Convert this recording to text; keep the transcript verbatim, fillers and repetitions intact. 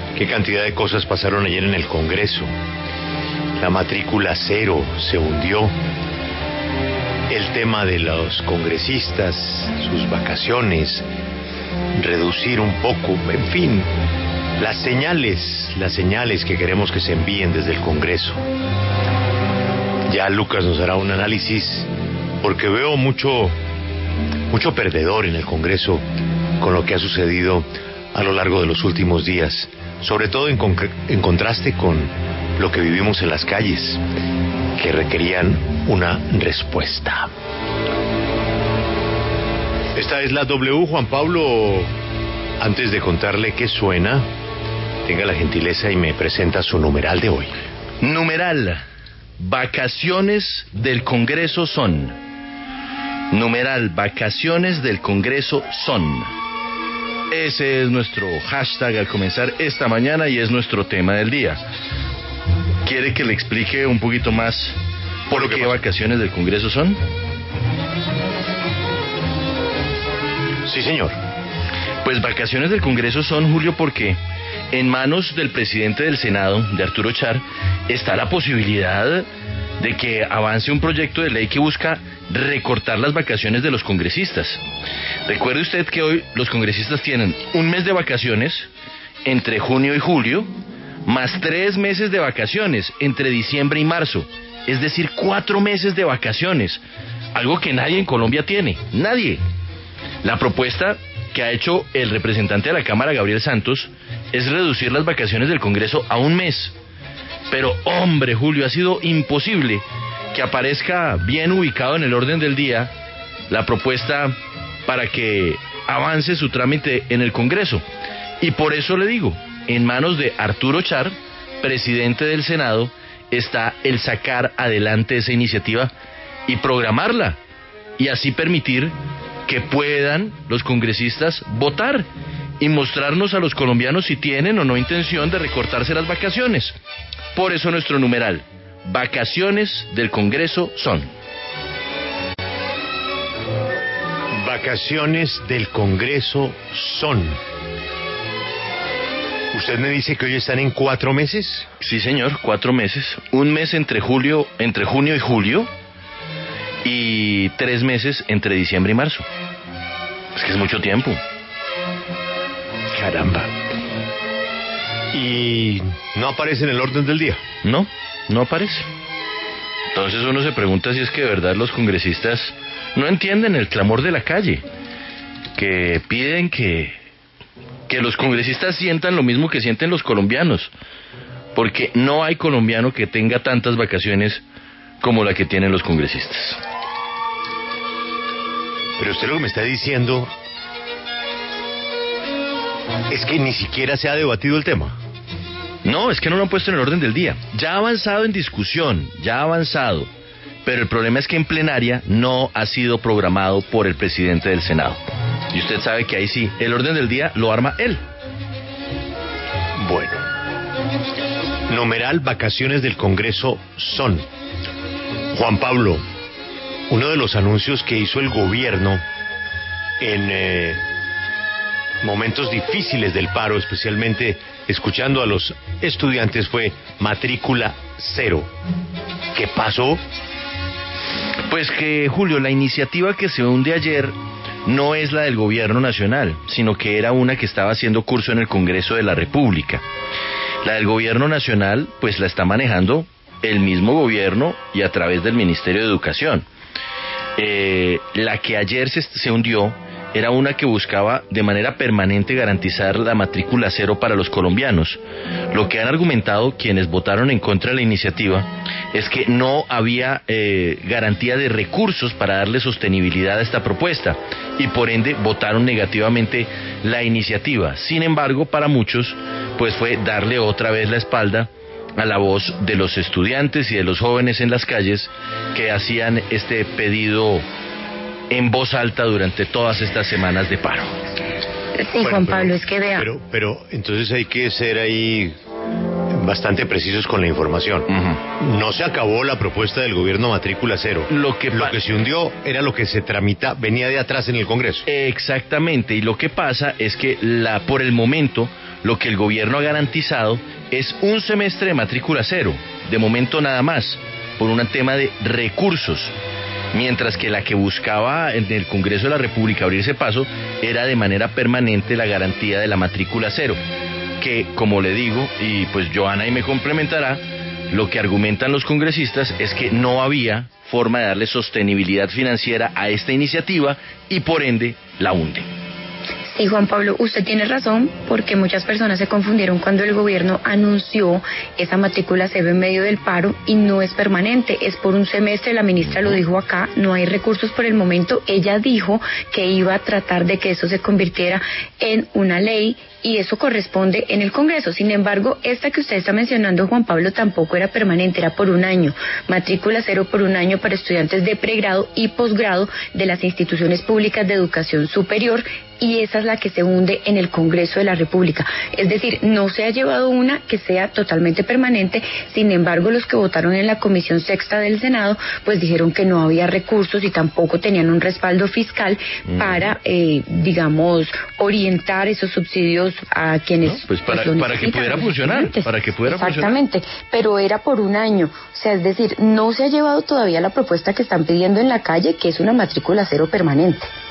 Qué cantidad de cosas pasaron ayer en el Congreso. La matrícula cero se hundió. El tema de los congresistas, sus vacaciones, reducir un poco, en fin, las señales, las señales que queremos que se envíen desde el Congreso. Ya Lucas nos hará un análisis, porque veo mucho, mucho perdedor en el Congreso con lo que ha sucedido a lo largo de los últimos días, sobre todo en, en contraste con lo que vivimos en las calles, que requerían una respuesta. Esta es la W, Juan Pablo. Antes de contarle qué suena, tenga la gentileza y me presenta su numeral de hoy. Numeral: vacaciones del Congreso son. Numeral: vacaciones del Congreso son. Ese es nuestro hashtag al comenzar esta mañana y es nuestro tema del día. ¿Quiere que le explique un poquito más por qué vacaciones del Congreso son? Sí, señor. Pues vacaciones del Congreso son, Julio, porque en manos del presidente del Senado, de Arturo Char, está la posibilidad de que avance un proyecto de ley que busca recortar las vacaciones de los congresistas. Recuerde usted que hoy los congresistas tienen un mes de vacaciones entre junio y julio, más tres meses de vacaciones entre diciembre y marzo, es decir, cuatro meses de vacaciones, algo que nadie en Colombia tiene, nadie. La propuesta que ha hecho el representante de la Cámara, Gabriel Santos, es reducir las vacaciones del Congreso a un mes. Pero, hombre, Julio, ha sido imposible que aparezca bien ubicado en el orden del día la propuesta para que avance su trámite en el Congreso. Y por eso le digo, en manos de Arturo Char, presidente del Senado, está el sacar adelante esa iniciativa y programarla, y así permitir que puedan los congresistas votar y mostrarnos a los colombianos si tienen o no intención de recortarse las vacaciones. Por eso nuestro numeral: vacaciones del Congreso son. Vacaciones del Congreso son. ¿Usted me dice que hoy están en cuatro meses? Sí, señor, cuatro meses. Un mes entre julio, entre junio y julio, y tres meses entre diciembre y marzo. Es que es mucho tiempo. Caramba. ¿Y no aparece en el orden del día? No, no aparece. Entonces uno se pregunta si es que de verdad los congresistas no entienden el clamor de la calle, que piden que, que los congresistas sientan lo mismo que sienten los colombianos, porque no hay colombiano que tenga tantas vacaciones como la que tienen los congresistas. Pero usted lo que me está diciendo es que ni siquiera se ha debatido el tema. No, es que no lo han puesto en el orden del día. Ya ha avanzado en discusión, ya ha avanzado, pero el problema es que en plenaria no ha sido programado por el presidente del Senado. Y usted sabe que ahí sí, el orden del día lo arma él. Bueno, numeral: vacaciones del Congreso son. Juan Pablo, uno de los anuncios que hizo el gobierno en eh, momentos difíciles del paro, especialmente escuchando a los estudiantes, fue matrícula cero. ¿Qué pasó? Pues que, Julio, la iniciativa que se hunde ayer no es la del gobierno nacional, sino que era una que estaba haciendo curso en el Congreso de la República. La del gobierno nacional, pues la está manejando el mismo gobierno y a través del Ministerio de Educación. Eh, la que ayer se, se hundió era una que buscaba de manera permanente garantizar la matrícula cero para los colombianos. Lo que han argumentado quienes votaron en contra de la iniciativa es que no había eh, garantía de recursos para darle sostenibilidad a esta propuesta y por ende votaron negativamente la iniciativa. Sin embargo, para muchos, pues fue darle otra vez la espalda a la voz de los estudiantes y de los jóvenes en las calles que hacían este pedido en voz alta durante todas estas semanas de paro. Sí, bueno, Juan pero, Pablo, es que vea. Pero, pero entonces hay que ser ahí bastante precisos con la información. Uh-huh. No se acabó la propuesta del gobierno matrícula cero. Lo que, lo que se hundió era lo que se tramita, venía de atrás en el Congreso. Exactamente, y lo que pasa es que la por el momento lo que el gobierno ha garantizado es un semestre de matrícula cero, de momento nada más, por un tema de recursos, mientras que la que buscaba en el Congreso de la República abrirse paso era de manera permanente la garantía de la matrícula cero, que, como le digo, y pues Joana ahí me complementará, lo que argumentan los congresistas es que no había forma de darle sostenibilidad financiera a esta iniciativa y por ende la hunde. Sí, Juan Pablo, usted tiene razón, porque muchas personas se confundieron cuando el gobierno anunció esa matrícula cero en medio del paro y no es permanente, es por un semestre, la ministra lo dijo acá, no hay recursos por el momento, ella dijo que iba a tratar de que eso se convirtiera en una ley y eso corresponde en el Congreso. Sin embargo, esta que usted está mencionando, Juan Pablo, tampoco era permanente, era por un año, matrícula cero por un año para estudiantes de pregrado y posgrado de las instituciones públicas de educación superior, y esa es la que se hunde en el Congreso de la República. Es decir, no se ha llevado una que sea totalmente permanente, sin embargo, los que votaron en la Comisión Sexta del Senado, pues dijeron que no había recursos y tampoco tenían un respaldo fiscal mm. para, eh, digamos, orientar esos subsidios a quienes... No, pues para, pues para que pudiera funcionar, para que pudiera Exactamente, funcionar. Pero era por un año, o sea, es decir, no se ha llevado todavía la propuesta que están pidiendo en la calle, que es una matrícula cero permanente.